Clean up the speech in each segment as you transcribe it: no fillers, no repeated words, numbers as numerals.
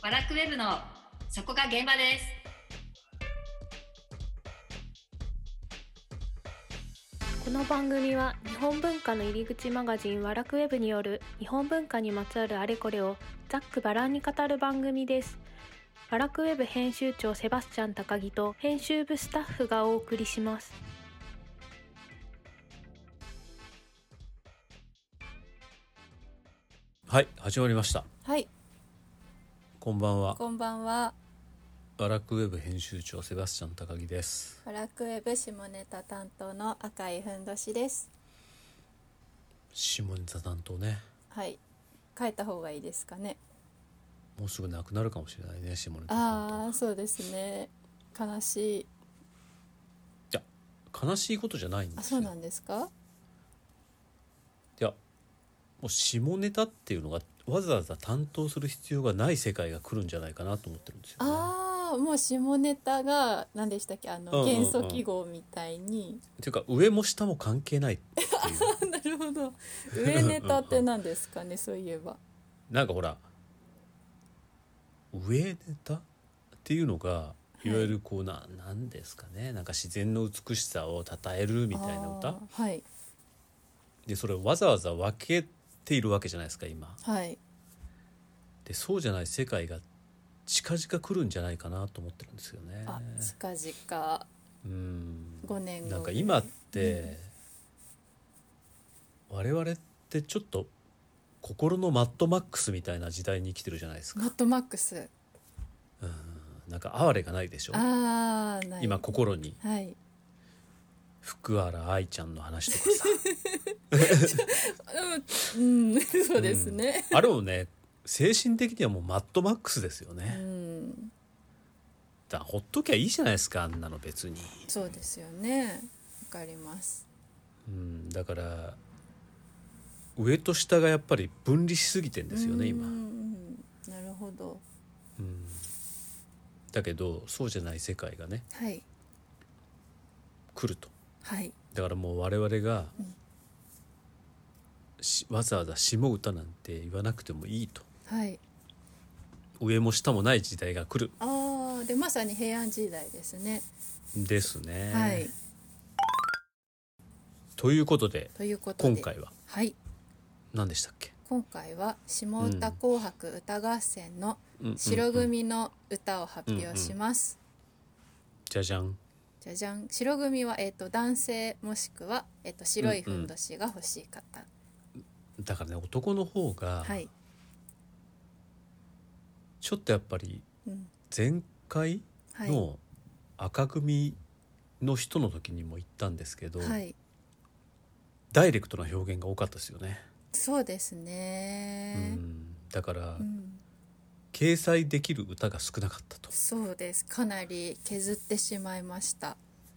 ワラクウェブのそこが現場です。 この番組は日本文化の入り口マガジンワラクウェブによる日本文化にまつわるあれこれをざっくばらんに語る番組です。ワラクウェブ編集長セバスチャン高木と編集部スタッフがお送りします。 はい、始まりました。 はい、 こんばんは。 こんばんは。 ワラクウェブ編集長セバスチャン高木です。 ワラクウェブ下ネタ担当の赤井ふんどしです。 下ネタ担当ね。 はい、変えた方がいいですかね。 もうすぐなくなるかもしれないね、下ネタ担当。 ああ、そうですね。悲しい。 いや、悲しいことじゃないんですよ。 あ、そうなんですか。 いや、もう下ネタっていうのがわざわざ担当する必要がない世界が来るんじゃないかなと思ってるんですよね。 ああ、もう下ネタが何でしたっけ、元素記号みたいに。 っていうか上も下も関係ないっていうなるほど。上ネタって何ですかね、そういえば。 なんかほら上ネタっていうのがいわゆるこうなんですかね、なんか自然の美しさを称えるみたいな歌はい。 で、それをわざわざ分けているわけじゃないですか今はい。 で。そうじゃない世界が近々来るんじゃないかなと思ってるんですよね。 あ、近々。5年後。 なんか今って、我々ってちょっと心のマッドマックスみたいな時代に生きてるじゃないですか。 マッドマックス。 なんか哀れがないでしょ。 ああ、ない。 今心に。 はい。 福原愛ちゃんの話とかさそうですね。 あれもね、精神的にはもうマッドマックスですよね。だからほっときゃいいじゃないですか、あんなの別に。 そうですよね。わかります。 だから上と下がやっぱり分離しすぎてんですよね今。 なるほど。 だけどそうじゃない世界がね、 はい。 来ると。 はい。 だからもう我々が、わざわざ下歌なんて言わなくてもいいと。 はい。 上も下もない時代が来る。 ああ、でまさに平安時代ですね。 ですね。 はい。 ということで今回ははい。 何でしたっけ。 今回は下歌紅白歌合戦の白組の歌を発表します。 じゃじゃん。 じゃじゃん。白組は、男性もしくは、白いふんどしが欲しい方、 だからね、男の方がはい、 ちょっとやっぱり前回の赤組の人の時にも言ったんですけど、 はい、 ダイレクトな表現が多かったですよね。 そうですね。 だから、掲載できる歌が少なかったと。 そうです。かなり削ってしまいました。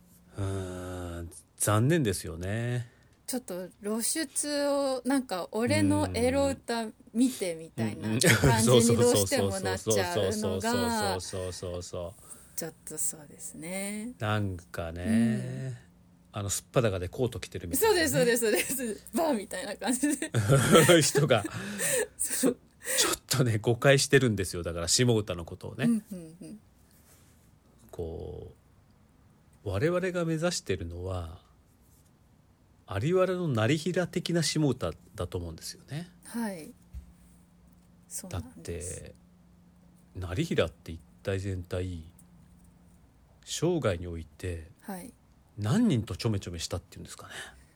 残念ですよね。 ちょっと露出をなんか俺のエロ歌見てみたいな感じにどうしてもなっちゃうのがちょっとそうですね。 なんかね、すっぱだかでコート着てるみたいな、ね、 そうですそうですそうです。バーみたいな感じで人がちょっとね誤解してるんですよ。だから下歌のことをね、こう我々が目指してるのは有原の成平的な下歌だと思うんですよね。 はい。そうなんです。 だって成平って一体全体生涯において何人とちょめちょめしたっていうんですか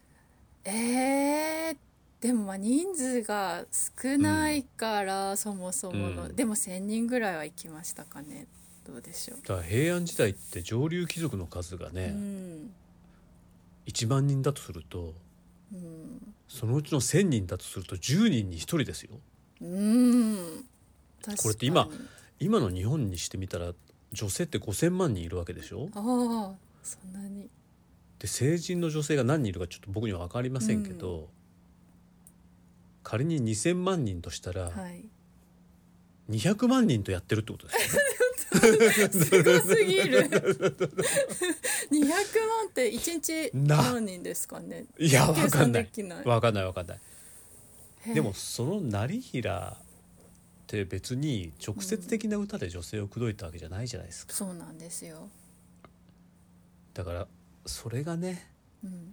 ね。でもまあ人数が少ないから、そもそもの、でも1,000人ぐらいは行きましたかね。どうでしょう。 だから平安時代って上流貴族の数がね、1万人だとすると、そのうちの1,000人だとすると10人に1人ですよ。これって今の日本にしてみたら女性って5,000万人いるわけでしょ。 ああ、そんなに。 で成人の女性が何人いるかちょっと僕には分かりませんけど、仮に2,000万人としたら、200万人とやってるってことですよね。 すごすぎる。200万って1日何人ですかね。 いや分かんない。 計算できない。 分かんない。でもその成平っって別に直接的な歌で女性を口説いたわけじゃないじゃないですか、 そうなんですよ。 だからそれがね、 うん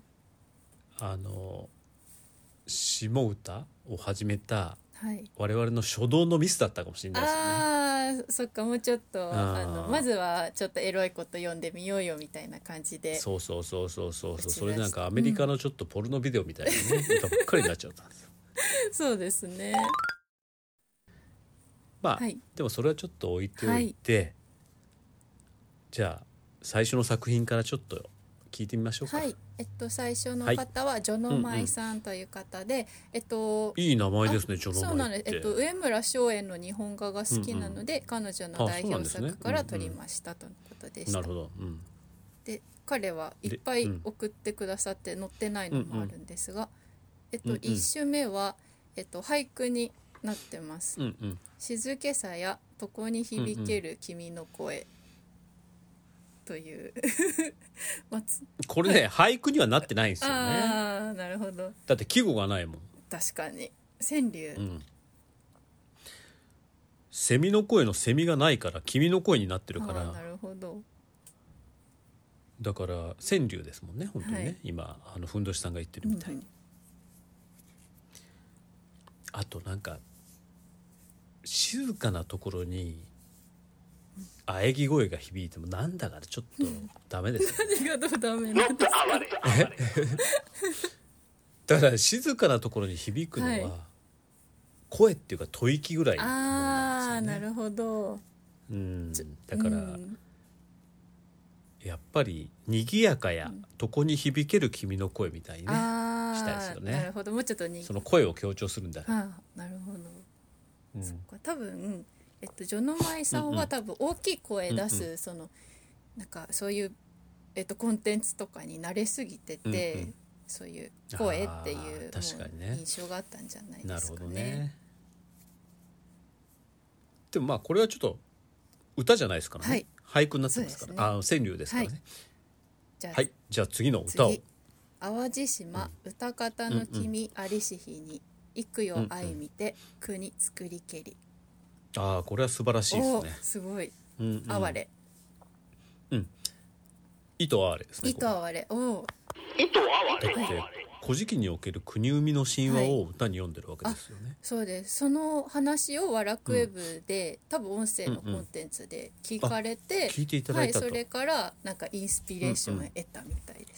下歌を始めたはい、 我々の初動のミスだったかもしれないですよね。 そっか、もうちょっとーまずはちょっとエロいこと読んでみようよみたいな感じで。 そうそうそうそうそうそう、 口出しそれなんかアメリカのちょっとポルノビデオみたいなね、歌ばっかりになっちゃったんですよ。 そうですね。 まあ、 はいでもそれはちょっと置いておいて、じゃあ最初の作品からちょっと聞いてみましょうか。 はい、最初の方はジョノマイさんという方で、 いい名前ですね、ジョノそうなんでマイって。 す、上村松園の日本画が好きなので、彼女の代表作から取りましたとのことでした。 なるほど、 で彼はいっぱい送ってくださって載ってないのもあるんですが、1首目は、俳句になってます、静けさや床に響ける君の声、というこれね、俳句にはなってないんですよね。 ああ、なるほど。 だって季語がないもん。 確かに川柳、 セミの声のセミがないから君の声になってるから、 なるほど。 だから川柳ですもんね、本当にね、今ふんどしさんが言ってるみたいに、あとなんか静かなところに喘ぎ声が響いてもなんだかちょっとダメですよね。 何がどうダメなんですか。 だから静かなところに響くのは、声っていうか吐息ぐらいのものなんですよね。 なるほど。 だから、やっぱり賑やかや床に響ける君の声みたいにね、したいですよね。 なるほど、もうちょっとその声を強調するんだね。 なるほど、そっか、多分ジョノマイさんは多分大きい声出す、そのなんかそういう、コンテンツとかに慣れすぎてて、そういう声っていう確かにね、 印象があったんじゃないですかね。 なるほどね。でもまあこれはちょっと歌じゃないですからね、俳句になってますから、川柳ですからね。じゃあ次の歌を。 淡路島歌方の君ありし日に幾よ愛見て国作りけり。 これは素晴らしいですね。 すごい。哀れ。 糸哀れですね。 糸哀れ。 だって古事記における国生みの神話を歌に読んでるわけですよね。 そうです。その話をワラクウェブで、多分音声のコンテンツで聞かれて、 聞いていただいたと。 それからなんかインスピレーションを得たみたいです。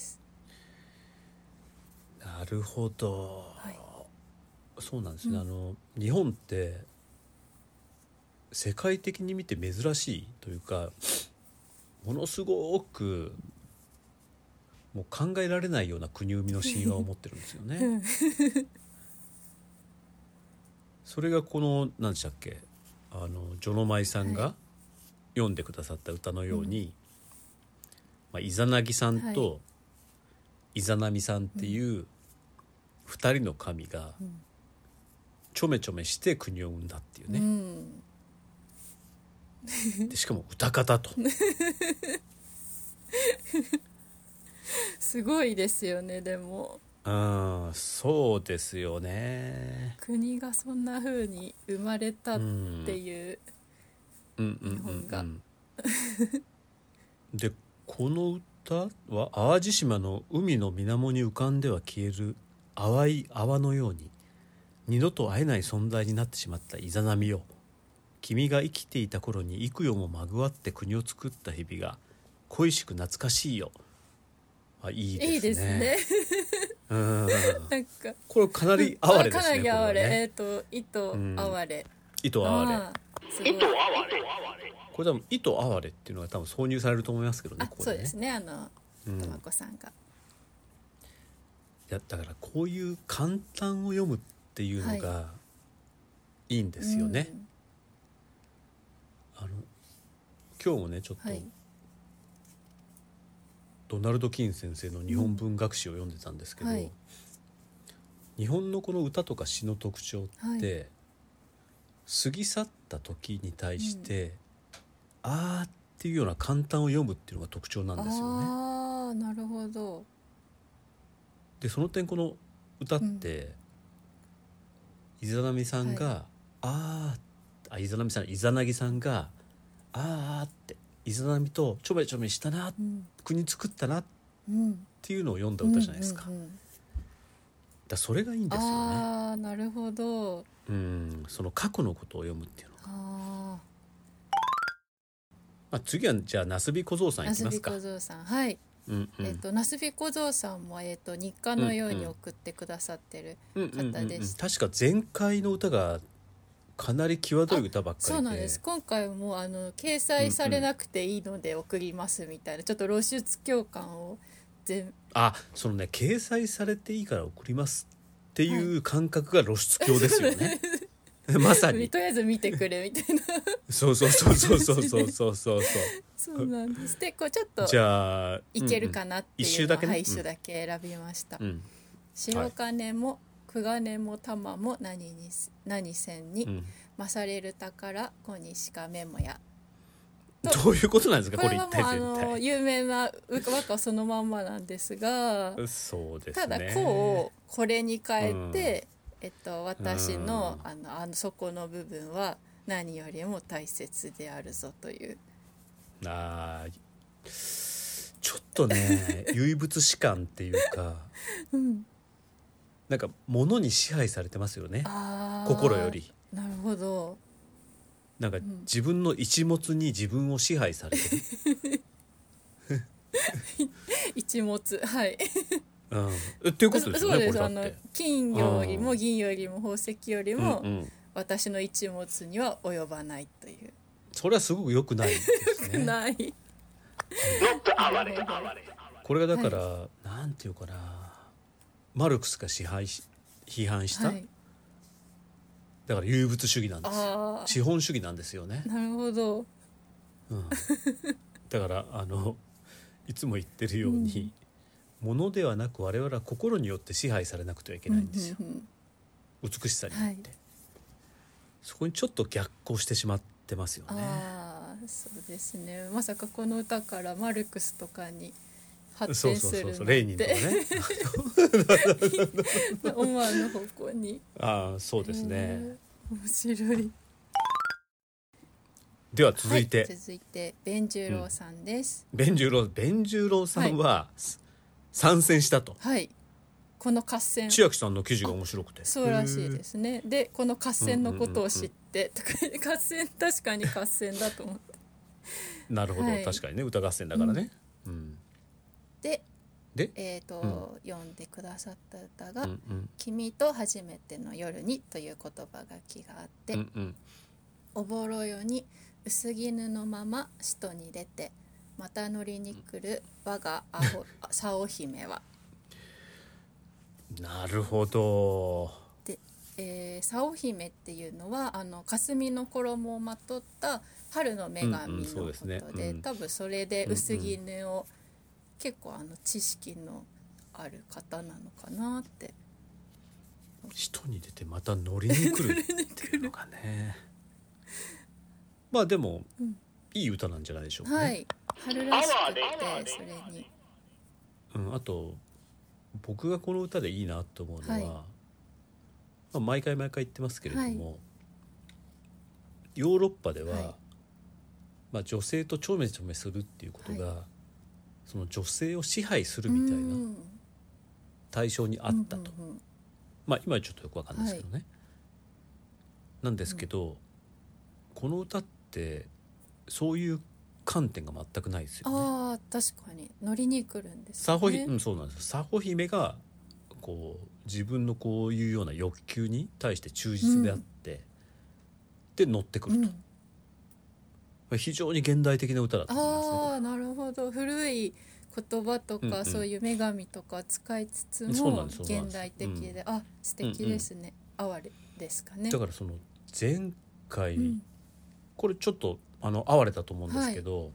なるほど、そうなんですね。日本って世界的に見て珍しいというか、ものすごくもう考えられないような国生みの神話を持ってるんですよね。それがこの何でしたっけ、ジョノマイさんが読んでくださった歌のように、イザナギさんとイザナミさんっていう2人の神がちょめちょめして国を生んだっていうね、でしかも歌方とすごいですよね。でもそうですよね。 国がそんな風に生まれたっていう日本がでこの歌は淡路島の海の水面に浮かんでは消える淡い泡のように二度と会えない存在になってしまったイザナミよ、君が生きていた頃に幾夜もまぐわって国を作った日々が恋しく懐かしいよ。いいですね。 いいですね。なんかこれかなり哀れですね。 かなり哀れ。 糸哀れ。 糸哀れ。 すごい。 これ多分糸哀れっていうのが多分挿入されると思いますけどね。ここでね。 そうですね。とまこさんが。 いやだからこういう簡単を読むっていうのがいいんですよね。今日もねちょっと、ドナルド・キーン先生の日本文学史を読んでたんですけど、日本のこの歌とか詩の特徴って、過ぎ去った時に対して、あーっていうような簡単を読むっていうのが特徴なんですよね。 なるほど。 でその点この歌って、イザナミさんが、 イザナミさんイザナギさんがあーってイザナミとちょめちょめしたな、国作ったなっていうのを読んだ歌じゃないですか。だそれがいいんですよね。 ああ、なるほど。 その過去のことを読むっていうのが。次はじゃあなすび小僧さんいきますか。 なすび小僧さん、はい。なすび小僧さんも、日課のように送ってくださってる方でした。 確か前回の歌がかなり際どい歌ばっかりで。 そうなんです。今回も掲載されなくていいので送りますみたいな、ちょっと露出狂感をそのね、掲載されていいから送りますっていう感覚が露出狂ですよね。まさにとりあえず見てくれみたいな。 そうそうなんです。でこうちょっとじゃあいけるかなっていうのを、 一周だけね、 一周だけ選びました。白金も九金も玉も何線に、勝れる宝小西かメモや。 どういうことなんですかこれ一体全体。有名な和歌そのまんまなんですが、 そうですね、 ただこれに変えて、私のそこの部分は何よりも大切であるぞという。 ちょっとね唯物史観っていうか、なんか物に支配されてますよね、心より。 なるほど。 なんか自分の一物に自分を支配されてる一物、はい、 っていうことですよね。 そうです。これだって金よりも銀よりも宝石よりも、私の一物には及ばないという。 それはすごく良くないですね。 良くない。もっと哀れこれがだから、なんていうかな、マルクスが批判した、だから唯物主義なんですよ。資本主義なんですよね。 なるほど。 だからいつも言ってるように、物ではなく我々は心によって支配されなくてはいけないんですよ、美しさによって、そこにちょっと逆行してしまってますよね。 そうですね。まさかこの歌からマルクスとかに発展するなんて。 レーニンとかね思わぬ方向に。 そうですね、 面白い。 では続いて弁十郎さんです。 弁十郎さんは、参戦したと。 この合戦、 千秋さんの記事が面白くて、 そうらしいですね。でこの合戦のことを知って、合戦、確かに合戦だと思って。 なるほど、確かにね、歌合戦だからね。 で読んでくださった歌が、君と初めての夜にという言葉書きがあって、おぼろよに薄絹のまま使徒に出て、また乗りに来る我が竿姫は。 なるほど。 で、竿姫っていうのは霞の衣をまとった春の女神のことで、多分それで薄絹を、結構知識のある方なのかなって。 人に出てまた乗りに来るっていうのがねまあでも、いい歌なんじゃないでしょうかね。 春らしくて、それに、 あと僕がこの歌でいいなと思うのは、毎回言ってますけれども、ヨーロッパでは、女性とちょめちょめするっていうことが、その女性を支配するみたいな対象にあったと、今はちょっとよくわかんないですけどね、なんですけど、この歌ってそういう観点が全くないですよね。 確かに乗りに来るんですね。 そうなんです。佐保姫がこう自分のこういうような欲求に対して忠実であって、で乗ってくると、非常に現代的な歌だと思いますね。 なるほど。古い言葉とか、そういう女神とか使いつつも現代的で、素敵ですね。哀れですかね。 だからその前回、これちょっと哀れだと思うんですけど、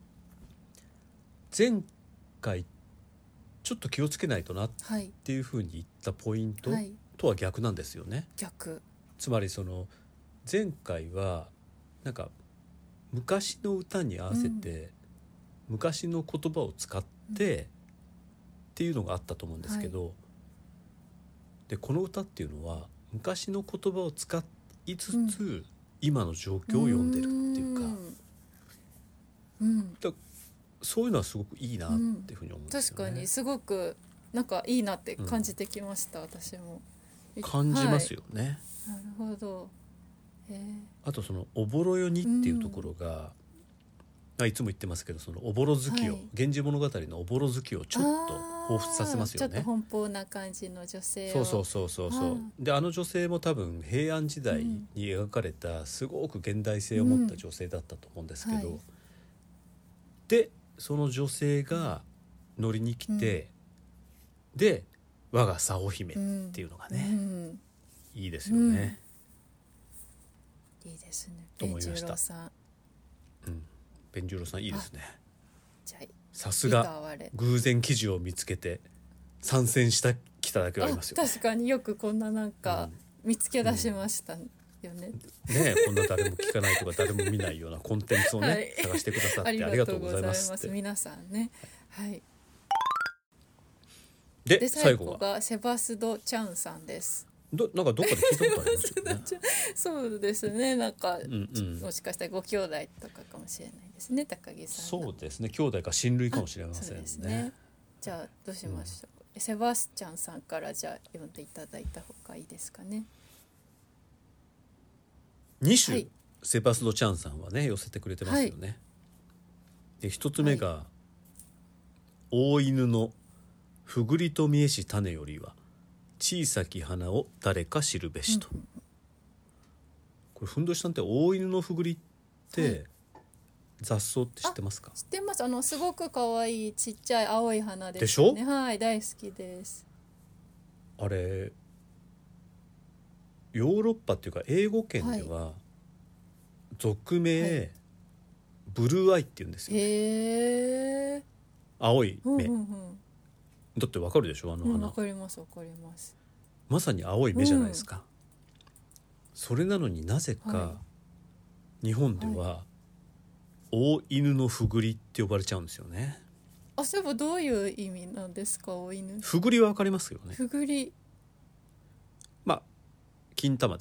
前回ちょっと気をつけないとなっていうふうに言ったポイントとは逆なんですよね。つまりその前回はなんか昔の歌に合わせて、昔の言葉を使ってっていうのがあったと思うんですけど、でこの歌っていうのは昔の言葉を使いつつ、 今の状況を読んでるっていうか、だそういうのはすごくいいなっていうふうに思うんですよね。 確かにすごくなんかいいなって感じてきました、私も感じますよね、 なるほど。 あとそのおぼろよにっていうところが、いつも言ってますけど、そのおぼろ月を、源氏物語のおぼろ月をちょっと彷彿させますよね。 ちょっと奔放な感じの女性そうをで、あの女性も多分平安時代に描かれたすごく現代性を持った女性だったと思うんですけど、でその女性が乗りに来て、で我が沙織姫っていうのがね、いいですよね、 いいですね。 と思いました。 弁十郎さん、 弁十郎さんいいですね。 じゃあさすが偶然記事を見つけて参戦したきただけはありますよね。 確かによくこんななんか見つけ出しましたよね。 こんな誰も聞かないとか誰も見ないようなコンテンツをね、探してくださってありがとうございますって。 皆さんね、はい。 で最後がセバスド・チャンさんです。 なんかどっかで聞いたことありますよね。 そうですね、なんか、もしかしたらご兄弟とかかもしれないですね、高木さん。 そうですね、兄弟か親類かもしれませんね。 そうですね。じゃあどうしましょう、セバスチャンさんからじゃあ読んでいただいた方がいいですかね。 2種、セバスド・チャンさんはね寄せてくれてますよね。で1つ目が、大犬のふぐりと見えし種よりは小さき花を誰か知るべしと、これふんどしさんって大犬のふぐりって、雑草って知ってますか？ 知ってます。すごく可愛いちっちゃい青い花ですね。 でしょ？ はい、大好きです。 あれヨーロッパっていうか英語圏では、俗名、ブルーアイって言うんですよ、ね。青い目、だってわかるでしょ、あの花。 わかりますわかります。 まさに青い目じゃないですか、それなのになぜか、日本では、大犬のふぐりって呼ばれちゃうんですよね。 そういえばどういう意味なんですか、大犬。 ふぐりはわかりますよね。 ふぐり、 金玉です。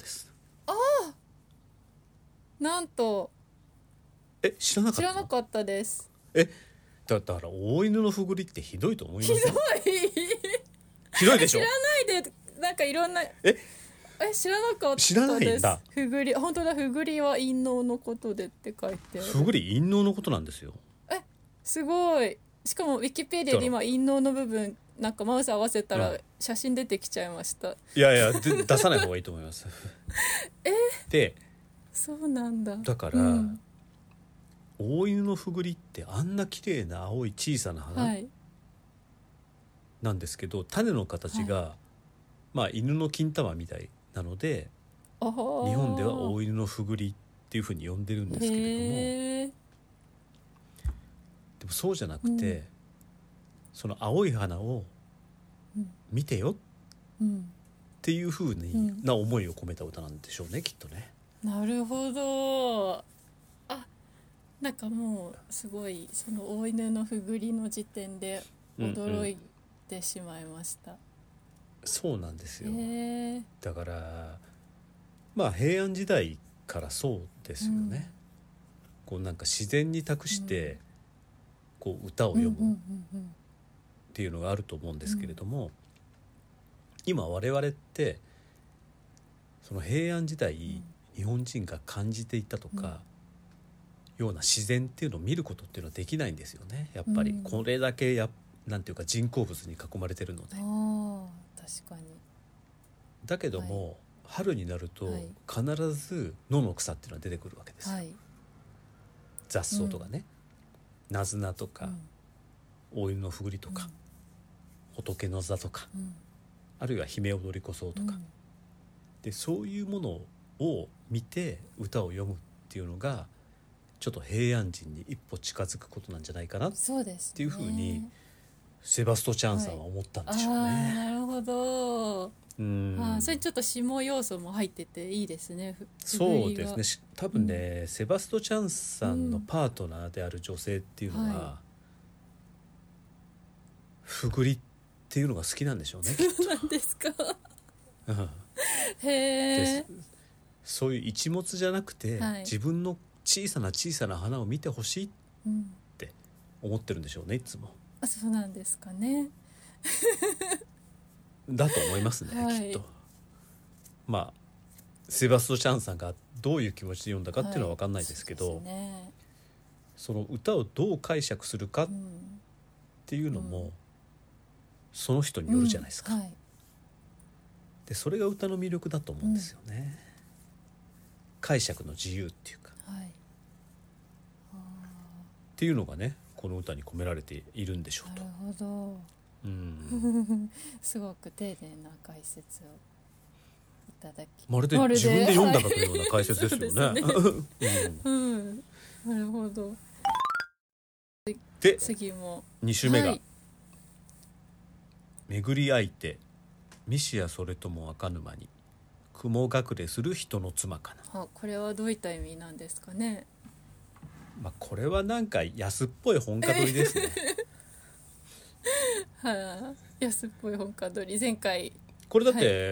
なんと知らなかった？ 知らなかったです。 だから大犬のふぐりってひどいと思います。 ひどいでしょ。 知らないで、なんかいろんな知らなかったです。 知らないんだ。 ふぐり、本当だ、ふぐりは陰嚢のことでって書いてある。 ふぐり陰嚢のことなんですよ。 すごい。しかもウィキペディアで今陰嚢の部分なんかマウス合わせたら写真出てきちゃいました、 いや出さない方がいいと思いますで、 そうなんだ。 だから、大犬のふぐりってあんな綺麗な青い小さな花なんですけど、種の形が、犬の金玉みたいなので、日本では大犬のふぐりっていうふうに呼んでるんですけれども、でもそうじゃなくて、その青い花を見てよっていうふうな思いを込めた歌なんでしょうね、きっとね。 なるほど。なんかもうすごいその大犬のふぐりの時点で驚いてしまいました、 そうなんですよ。だから平安時代からそうですよね、こうなんか自然に託してこう歌を読むっていうのがあると思うんですけれども、今我々ってその平安時代、日本人が感じていたとか、ような自然っていうのを見ることっていうのはできないんですよね、やっぱり、これだけなんていうか人工物に囲まれてるので。 確かに。 だけども、春になると必ず野の草っていうのは出てくるわけですよ、雑草とかね、ナズナとか、大犬のふぐりとか、仏の座とか、あるいは姫踊り子草とか、でそういうものを見て歌を読むっていうのがちょっと平安人に一歩近づくことなんじゃないかなっていうふうにセバスト・チャンさんは思ったんでしょうね。 なるほど。それちょっと下要素も入ってていいですね。 そうですね、多分ね、セバスト・チャンさんのパートナーである女性っていうのは、ふぐりっていうのが好きなんでしょうね。 そうなんですか。へえ。 そういう一物じゃなくて、 はい自分の小さな小さな花を見てほしいうんって思ってるんでしょうね、いつも。 あそうなんですかね。 だと思いますね、 はいきっと。まあセバストチャンさんがどういう気持ちで読んだかっていうのは分かんないですけど、 そうですねその歌をどう解釈するかっうんていうのも、 うんその人によるじゃないですか、 はいでそれが歌の魅力だと思うんですよね、解釈の自由っていうかはいっていうのがねこの歌に込められているんでしょうとなる、ほどうん、 すごく丁寧な解説をいただきまるで自分で読んだかというような解説ですよね。 はいそううんなるほど。 で次も 2首目が、 はい巡り合いてミシやそれとも赤沼に雲隠れする人の妻かな。 これはどういった意味なんですかね。 まあ、これはなんか安っぽい本歌取りですね。 安っぽい本歌取り前回これだって、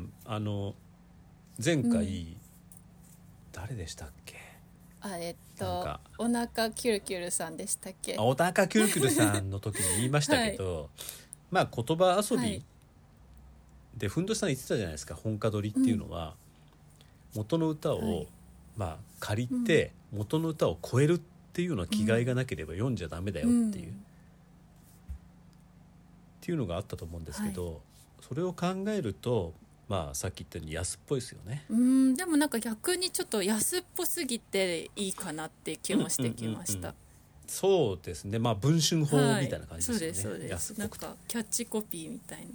前回、 うん誰でしたっけ。 なんかお腹キュルキュルさんでしたっけ。 おたかキュルキュルさんの時に言いましたけど、まあ言葉遊び、 はいでふんどしさん言ってたじゃないですか。本歌取りっていうのは、元の歌を、 はいまあ借りて元の歌を超えるっていうような気概がなければ読んじゃダメだよっていう、っていうのがあったと思うんですけど、それを考えるとまあさっき言ったように安っぽいですよね。 でもなんか逆にちょっと安っぽすぎていいかなって気もしてきました。 そうですね、まあ文春法みたいな感じですよね、 そうですなん安っぽくて。 かキャッチコピーみたいな。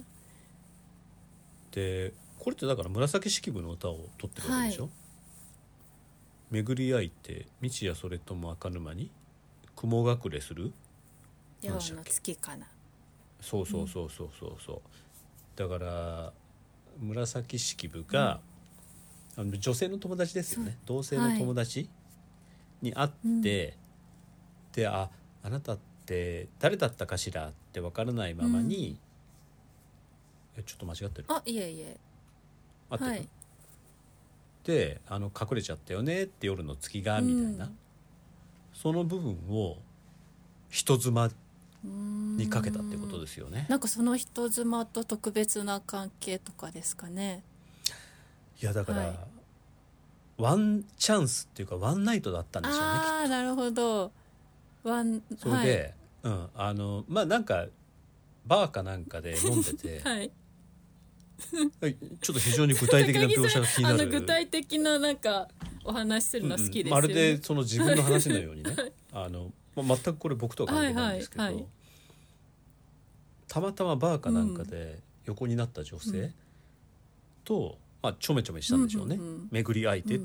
でこれってだから紫式部の歌を取ってるわけでしょ、 はい巡り合いて道やそれとも赤沼に雲隠れする。 夜の月かな。 そうそうそうそうそうそうだから紫式部が、女性の友達ですよね、同性の友達に会って、であなたって誰だったかしらって分からないままに、ちょっと間違ってる。 いえいえ合ってる、 はいで隠れちゃったよねって夜の月がみたいな、その部分を人妻にかけたってことですよね。 なんかその人妻と特別な関係とかですかね。 いやだから、 はいワンチャンスっていうかワンナイトだったんでしょうね、きっと。 なるほど。 それで、まあなんかバーかなんかで飲んでて、 はいちょっと非常に具体的な描写が気になる。 具体的ななんかお話しするの好きですよね、 まるでその自分の話のようにね全くこれ僕とは関係ないんですけど、 はいたまたまバーかなんかで横になった女性と、ちょめちょめしたんでしょうね、巡り合いてって、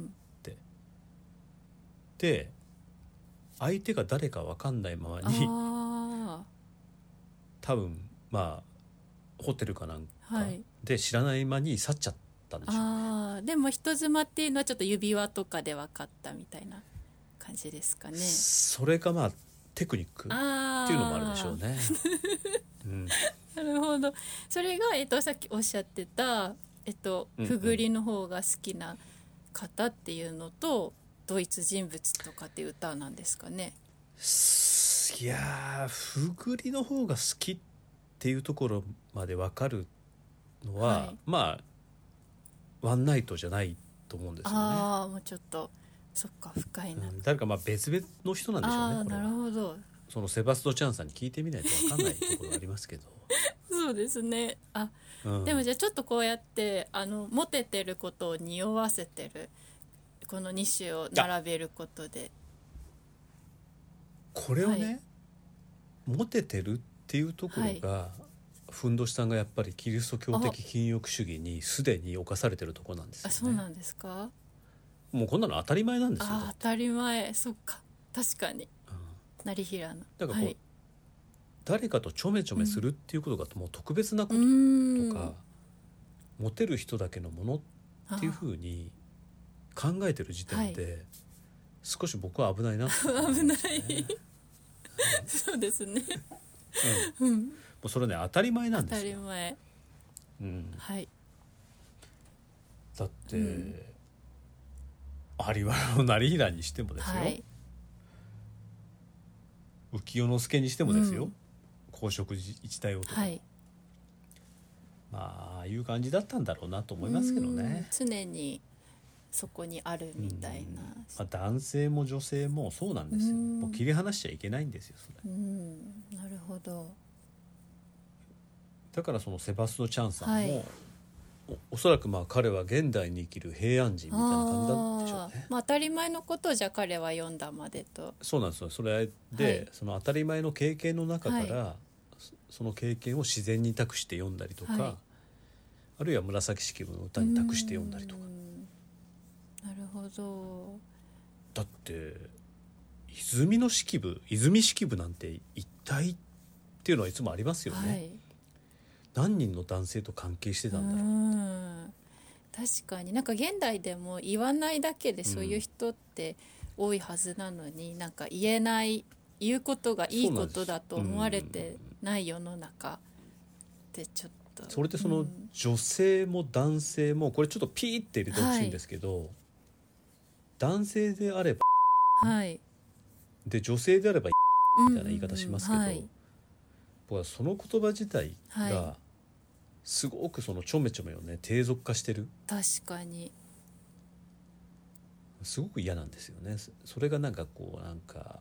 で相手が誰か分かんないままに多分ホテルかなんかで知らない間に去っちゃったんでしょうね。 でも人妻っていうのはちょっと指輪とかで分かったみたいな感じですかね。 それがテクニックっていうのもあるでしょうね。 なるほど。それが、さっきおっしゃってた、ふぐりの方が好きな方っていうのと同一人物とかっていう歌なんですかね。 いやふぐりの方が好きっていうところまで分かるのは、ワンナイトじゃないと思うんですよね。 もうちょっとそっか深いな、 誰か別々の人なんでしょうね。これはなるほど。 そのセバストチャンさんに聞いてみないと分かんないところがありますけどそうですね。でもじゃあちょっとこうやってモテてることを匂わせてるこの2種を並べることでこれをね、モテてるっていうところが、ふんどしさんがやっぱりキリスト教的禁欲主義にすでに侵されてるところなんですよね。 そうなんですか。 もうこんなの当たり前なんですよ。 当たり前。そっか確かに、成平のだから誰かとちょめちょめするっていうことがもう特別なこととか、モテる人だけのものっていうふうに考えてる時点で、少し僕は危ないなって思うんですよね。 危ないそうですね。 もうそれね当たり前なんですよ。 当たり前。 だって、 有原の業平にしてもですよ、 はい、 浮世之助にしてもですよ、公職一体男、 はい、 まあああいう感じだったんだろうなと思いますけどね。 常にそこにあるみたいな、 まあ、男性も女性もそうなんですよ。もう切り離しちゃいけないんですよそれ。 なるほど。 だからそのセバスト・チャンさんも、 はい、 おそらくまあ彼は現代に生きる平安人みたいな感じなんでしょうね。 まあ、当たり前のことをじゃあ彼は読んだまでと。 そうなんですよ。それで、 はい、 その当たり前の経験の中から、 はその経験を自然に託して読んだりとか、 はい、 あるいは紫式部の歌に託して読んだりとか。 なるほど。 だって泉式部なんて一体っていうのはいつもありますよね、 はい、 何人の男性と関係してたんだろう。 確かになんか現代でも言わないだけでそういう人って多いはずなのに、なんか言うことがいいことだと思われてない世の中ってちょっと、 それでその女性も男性もこれちょっとピーって入れてほしいんですけど、男性であればはい、 で女性であればみたいな言い方しますけど、 はい、 僕はその言葉自体はがすごくそのちょめちょめをね低俗化してる。 確かにすごく嫌なんですよね。それがなんかこうなんか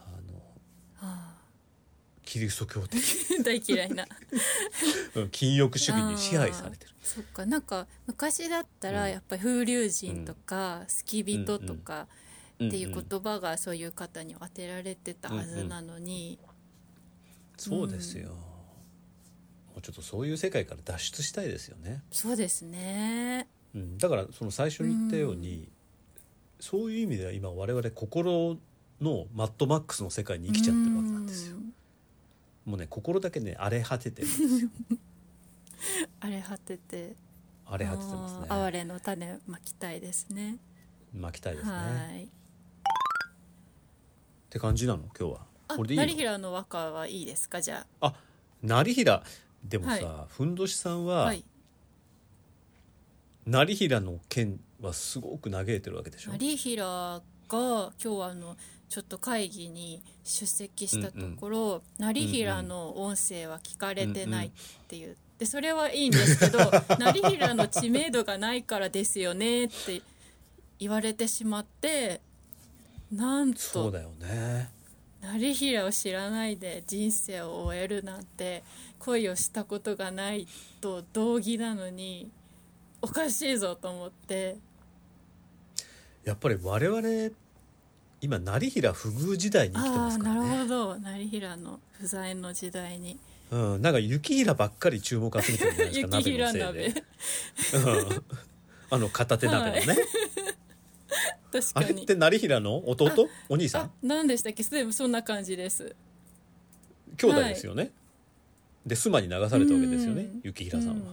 キリスト教的大嫌いな禁欲主義に支配されてる。 そっか、なんか昔だったらやっぱり風流人とか付き人とかっていう言葉がそういう方に当てられてたはずなのに、 そうですよ、もうちょっとそういう世界から脱出したいですよね。 そうですね、 だからその最初に言ったように、そういう意味では今我々心のマッドマックスの世界に生きちゃってるわけなんですよ。もうね心だけね荒れ果ててるんですよ荒れ果ててますね。 哀れの種まきたいですね。 巻きたいですね。 はい。 って感じなの今日は。これでいいの？ 成平の和歌はいいですかじゃあ。 成平でもさ、 はい、 ふんどしさんは、 はい、 成平の件はすごく嘆いてるわけでしょ。 成平が今日ちょっと会議に出席したところ、成平の音声は聞かれてないっていう、でそれはいいんですけど成平の知名度がないからですよねって言われてしまって、なんとそうだよね。 成平を知らないで人生を終えるなんて、恋をしたことがないと同義なのにおかしいぞと思って。 やっぱり我々今成平不遇時代に生きてますからね。 なるほど、成平の不在の時代に、 なんか雪平ばっかり注目集めてるじゃないですか雪平鍋のせい鍋で片手鍋のね、 確かに。 あれって成平の弟お兄さん何でしたっけ。でもそんな感じです。 兄弟ですよね、で須磨に流されたわけですよね、雪平さんは、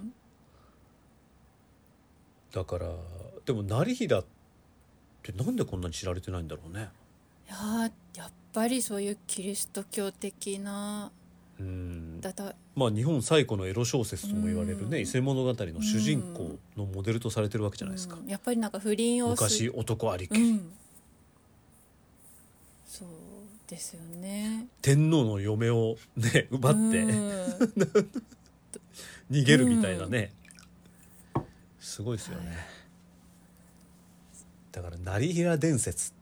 だからでも成平ってなんでこんなに知られてないんだろうね。 やっぱりそういうキリスト教的なまあ日本最古のエロ小説とも言われるね、伊勢物語の主人公のモデルとされてるわけじゃないですか、 やっぱりなんか不倫を昔男ありき、 そうですよね。 天皇の嫁をね奪って逃げるみたいなね、すごいですよね、だから成平伝説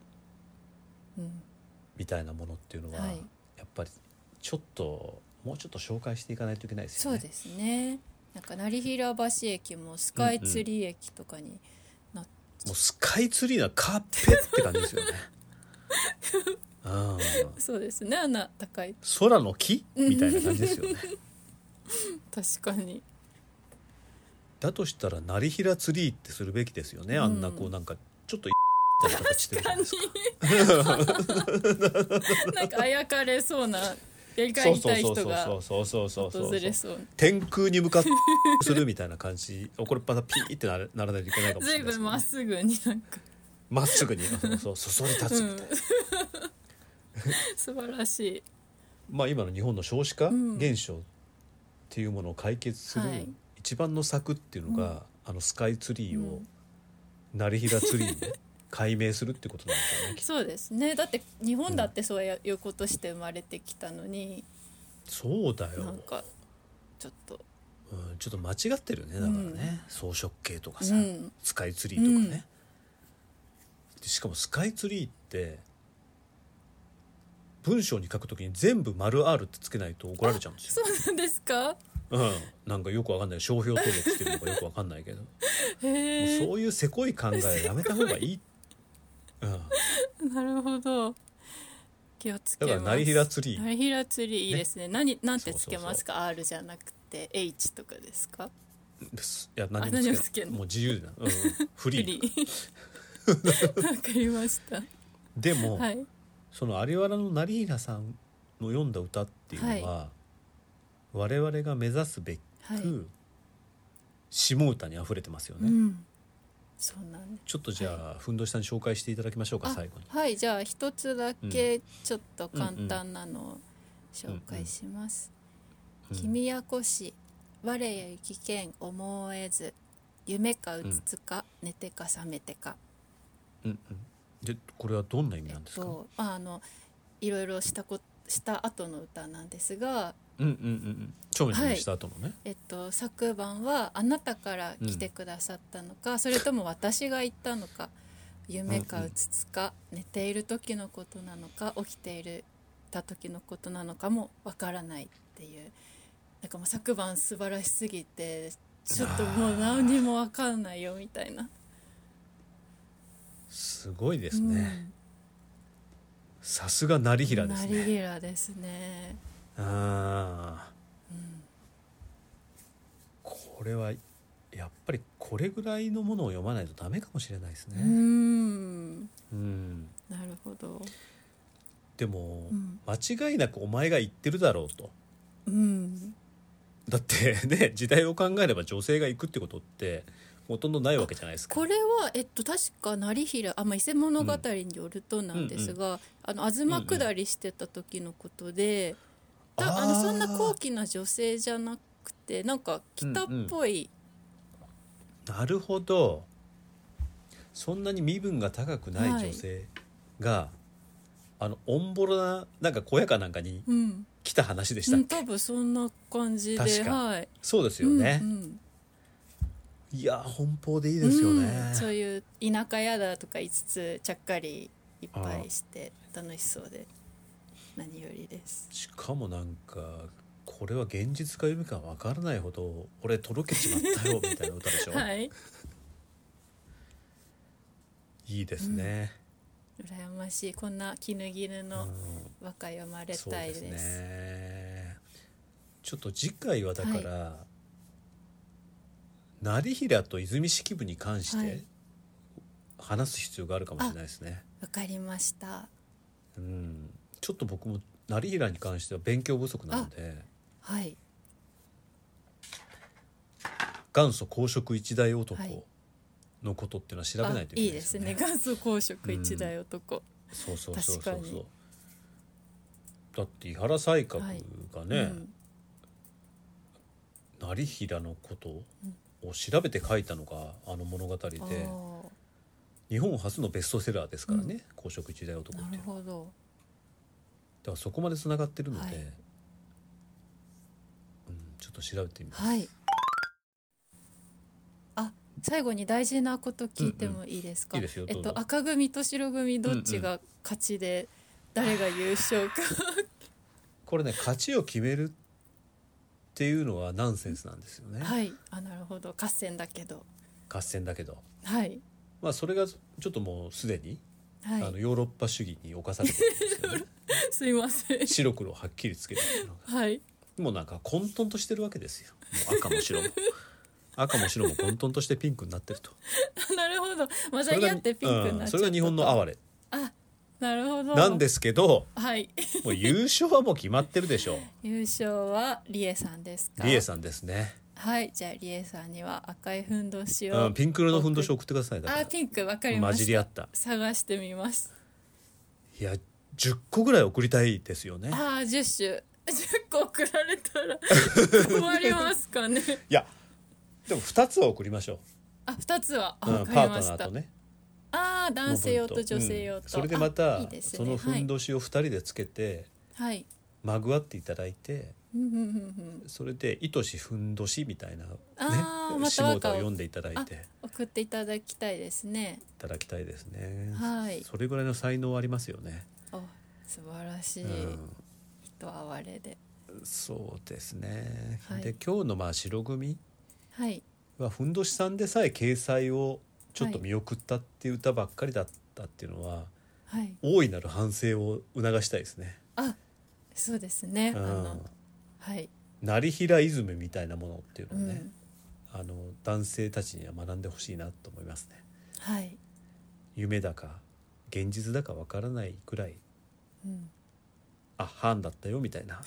みたいなものっていうのは、やっぱりもうちょっと紹介していかないといけないですよね。 そうですね。なんか成平橋駅もスカイツリー駅とかになっもうスカイツリーなカーペって感じですよねそうですね、あんな高い空の木みたいな感じですよね確かに。 だとしたら成平ツリーってするべきですよね、あんなこうなんかちょっとみたいな形してるじゃないですかなんかあやかれそうな、やり返したい人が訪れそう、 天空に向かってするみたいな感じこれまたピーってならないといけないかもしれないですね。 随分まっすぐになんかまっすぐにそそり立つみたいな、 素晴らしい。 まあ今の日本の少子化現象っていうものを解決する一番の策っていうのが、スカイツリーを成平ツリーに解明するってことなんですよね。 そうですね。だって日本だってそういうことして生まれてきたのに、 そうだよ。 なんかちょっと、 ちょっと間違ってるね。だからね、草食系とかさ、スカイツリーとかね、でしかもスカイツリーって文章に書くときに全部丸 R ってつけないと怒られちゃうんですよ。 そうなんですか？ なんかよくわかんない、商標登録してるのかよくわかんないけどもうそういうせこい考えやめた方がいい。 なるほど、気をつけます。 だからナリヒラツリー、 ナリヒラツリーいいですね。なんてつけますか？ R じゃなくて H とかですか？ いや何もつけない、もう自由な、フリーわかりました。 でも、その有原の成平さんの読んだ歌っていうのは、我々が目指すべく、下歌にあふれてますよね。 そうなんです。 ちょっとじゃあ、ふんどしさんに紹介していただきましょうか、最後に。 はい、じゃあ一つだけちょっと簡単なのを紹介します。君やこし我や行きけん思えず、夢かうつつか、寝てか覚めてか。 でこれはどんな意味なんですか？ いろいろした後の歌なんですが、 長命にした後のね、 昨晩はあなたから来てくださったのか、それとも私が言ったのか、夢かうつつか、寝ている時のことなのか、起きているた時のことなのかもわからないっていう、なんかもう昨晩素晴らしすぎてちょっともう何にもわかんないよみたいな。 すごいですね。さすが成平ですね。 成平ですね。 これはやっぱりこれぐらいのものを読まないとダメかもしれないですね。 なるほど。 でも、間違いなくお前が言ってるだろうと。だってね、時代を考えれば女性が行くってことってほとんどないわけじゃないですか。 これは、確か成平伊勢物語によるとなんですが、東下りしてた時のことで、そんな高貴な女性じゃなくて、なんか北っぽい、 なるほど。そんなに身分が高くない女性が、おんぼろななんか小屋かなんかに来た話でしたっけ？ 多分そんな感じで、 確か、そうですよね。いや奔放でいいですよね。 そういう田舎やだとか言いつつちゃっかりいっぱいして楽しそうで何よりです。 しかもなんかこれは現実か夢か分からないほど俺とろけちまったよみたいな歌でしょ。いいですね。 羨ましい。こんな絹絹の和歌読まれたいです。 そうですね。ちょっと次回はだから、成平と泉式部に関して話す必要があるかもしれないですね。 わかりました。 ちょっと僕も成平に関しては勉強不足なので、元祖公職一代男のことっていうのは調べないといけないですよね。 いいですね。元祖公職一代男。 そうだって井原西鶴がね、成平のことを調べて書いたのがあの物語で、日本初のベストセラーですからね、公職一代男って。 なるほど。 だからそこまでつながってるので、ちょっと調べてみます。 最後に大事なこと聞いてもいいですか？ いいですよ、どうぞ。 赤組と白組どっちが勝ちで、誰が優勝かこれね、勝ちを決めるっていうのはナンセンスなんですよね。 なるほど。合戦だけどまあそれがちょっともうすでに、ヨーロッパ主義に侵されてるんですよね。 すいません。 白黒はっきりつけてるのが、もうなんか混沌としてるわけですよ。もう赤も白も赤も白も混沌としてピンクになってると。 なるほど。混ざり合ってピンクになっちゃった。 それが日本の哀れ。 なるほど。 なんですけど、 もう優勝はもう決まってるでしょう。 優勝はリエさんですか？ リエさんですね。 じゃあリエさんには赤いふんどしを、 ピンク色のふんどしを送ってください。だからピンク、わかりました。 混じり合った。 探してみます。 いや10個ぐらい送りたいですよね。 10個送られたら困りますかね。 いやでも2つは送りましょう。 2つはパートナーとね。 男性用と女性用と、 それでまたいいですね、 そのふんどしを2人でつけて、 はい、 まぐわっていただいて、 うんうんうんうんそれでいとしふんどしみたいなねまた下歌を読んでいただいて送っていただきたいですね。 いただきたいですね、 はいそれぐらいの才能ありますよね、 お素晴らしい、人哀れで、 そうですね、 はいで今日の白組はいはふんどしさんでさえ掲載をちょっと見送ったっていう歌ばっかりだったっていうのは、 はい大いなる反省を促したいですね。 そうですね、 うんはい、 成平イズムみたいなものっていうのをね、男性たちには学んでほしいなと思いますね。 はい、 夢だか現実だかわからないくらい、 うん半だったよみたいな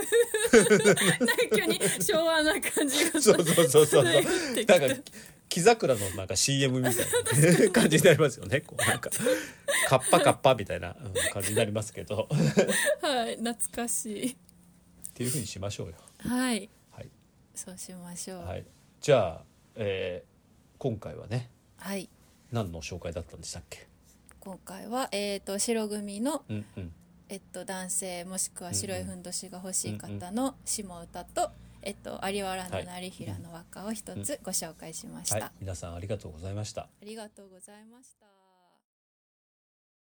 急に昭和な感じがそうなんかてきた木桜のなんか CM みたいな感じになりますよね。こうなんかカッパみたいな感じになりますけどはい懐かしいっていう風にしましょうよ。 はいはい、 そうしましょう。 はい、じゃあ、今回はねはい、 何の紹介だったんでしたっけ？ 今回は白組の、 うんうん男性もしくは白いふんどしが欲しい方の下歌と、有原の成平の和歌を一つご紹介しました、 はい、皆さんありがとうございました。 ありがとうございました。